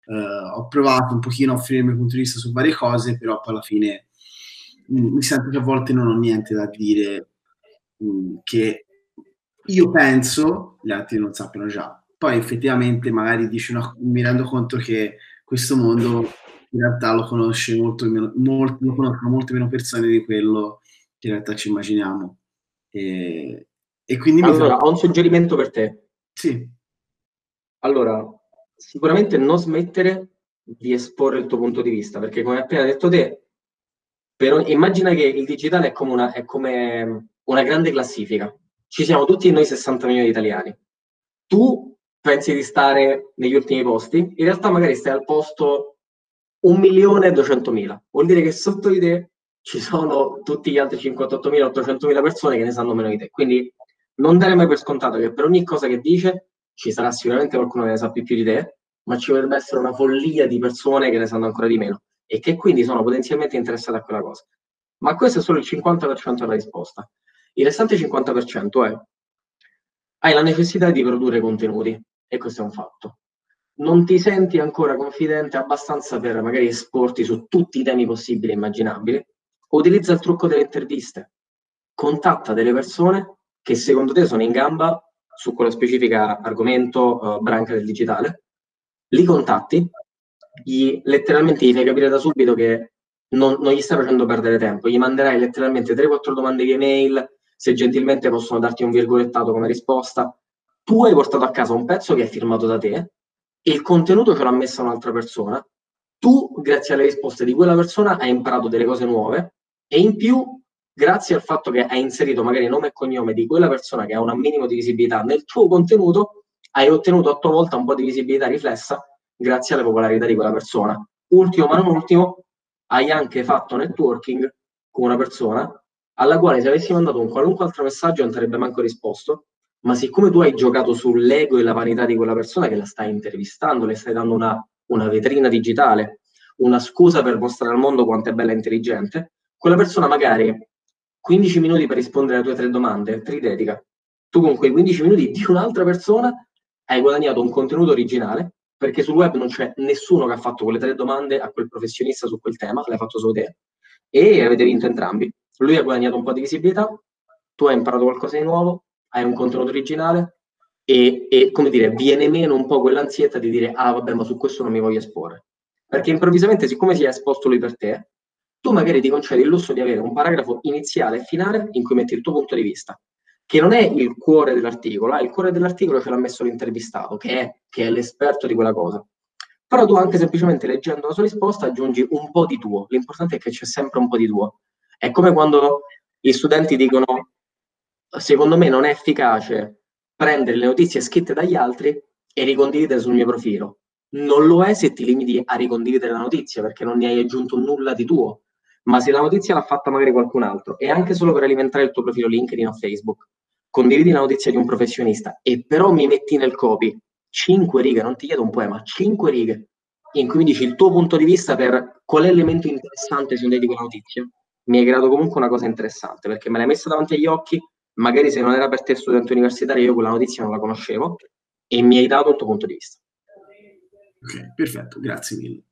ho provato un pochino a offrire il mio punto di vista su varie cose, però poi alla fine mi sento che a volte non ho niente da dire che io penso gli altri non sappiano già. Poi effettivamente magari mi rendo conto che questo mondo in realtà lo conosce lo conoscono molte meno persone di quello che in realtà ci immaginiamo. E quindi Allora, ho un suggerimento per te. Sì. Allora, sicuramente non smettere di esporre il tuo punto di vista, perché come hai appena detto te, immagina che il digitale è come una grande classifica. Ci siamo tutti noi 60 milioni di italiani. Tu pensi di stare negli ultimi posti, in realtà magari stai al posto 1.200.000. Vuol dire che sotto di te ci sono tutti gli altri 58.000, 800.000 persone che ne sanno meno di te. Quindi non dare mai per scontato che per ogni cosa che dice ci sarà sicuramente qualcuno che ne sa più di te, ma ci potrebbe essere una follia di persone che ne sanno ancora di meno e che quindi sono potenzialmente interessate a quella cosa. Ma questo è solo il 50% della risposta. Il restante 50% è: hai la necessità di produrre contenuti, e questo è un fatto. Non ti senti ancora confidente abbastanza per magari esporti su tutti i temi possibili e immaginabili, utilizza il trucco delle interviste. Contatta delle persone che secondo te sono in gamba su quello specifico argomento, branca del digitale, li contatti, letteralmente gli fai capire da subito che non gli stai facendo perdere tempo, gli manderai letteralmente 3-4 domande via mail, se gentilmente possono darti un virgolettato come risposta. Tu hai portato a casa un pezzo che è firmato da te e il contenuto ce l'ha messo un'altra persona. Tu, grazie alle risposte di quella persona, hai imparato delle cose nuove e in più, grazie al fatto che hai inserito magari nome e cognome di quella persona che ha un minimo di visibilità nel tuo contenuto, hai ottenuto a tua volta un po' di visibilità riflessa grazie alla popolarità di quella persona. Ultimo ma non ultimo, hai anche fatto networking con una persona alla quale se avessi mandato un qualunque altro messaggio non ti avrebbe manco risposto, ma siccome tu hai giocato sull'ego e la vanità di quella persona che la stai intervistando, le stai dando una vetrina digitale, una scusa per mostrare al mondo quanto è bella e intelligente, quella persona magari 15 minuti per rispondere alle tue 3 domande ti dedica. Tu con quei 15 minuti di un'altra persona hai guadagnato un contenuto originale, perché sul web non c'è nessuno che ha fatto quelle 3 domande a quel professionista su quel tema, l'hai fatto solo te, e avete vinto entrambi. Lui ha guadagnato un po' di visibilità, tu hai imparato qualcosa di nuovo, hai un contenuto originale e come dire, viene meno un po' quell'ansietta di dire ah vabbè ma su questo non mi voglio esporre. Perché improvvisamente, siccome si è esposto lui per te, tu magari ti concedi il lusso di avere un paragrafo iniziale e finale in cui metti il tuo punto di vista, che non è il cuore dell'articolo, il cuore dell'articolo ce l'ha messo l'intervistato, che è l'esperto di quella cosa. Però tu anche semplicemente leggendo la sua risposta aggiungi un po' di tuo, l'importante è che c'è sempre un po' di tuo. È come quando gli studenti dicono secondo me non è efficace prendere le notizie scritte dagli altri e ricondividere sul mio profilo. Non lo è se ti limiti a ricondividere la notizia perché non ne hai aggiunto nulla di tuo. Ma se la notizia l'ha fatta magari qualcun altro e anche solo per alimentare il tuo profilo LinkedIn o Facebook, condividi la notizia di un professionista e però mi metti nel copy 5 righe, non ti chiedo un poema, 5 righe in cui mi dici il tuo punto di vista per qual è l'elemento interessante secondo te di quella notizia, mi hai creato comunque una cosa interessante perché me l'hai messa davanti agli occhi, magari se non era per te studente universitario io quella notizia non la conoscevo e mi hai dato il tuo punto di vista. Ok, perfetto, grazie mille.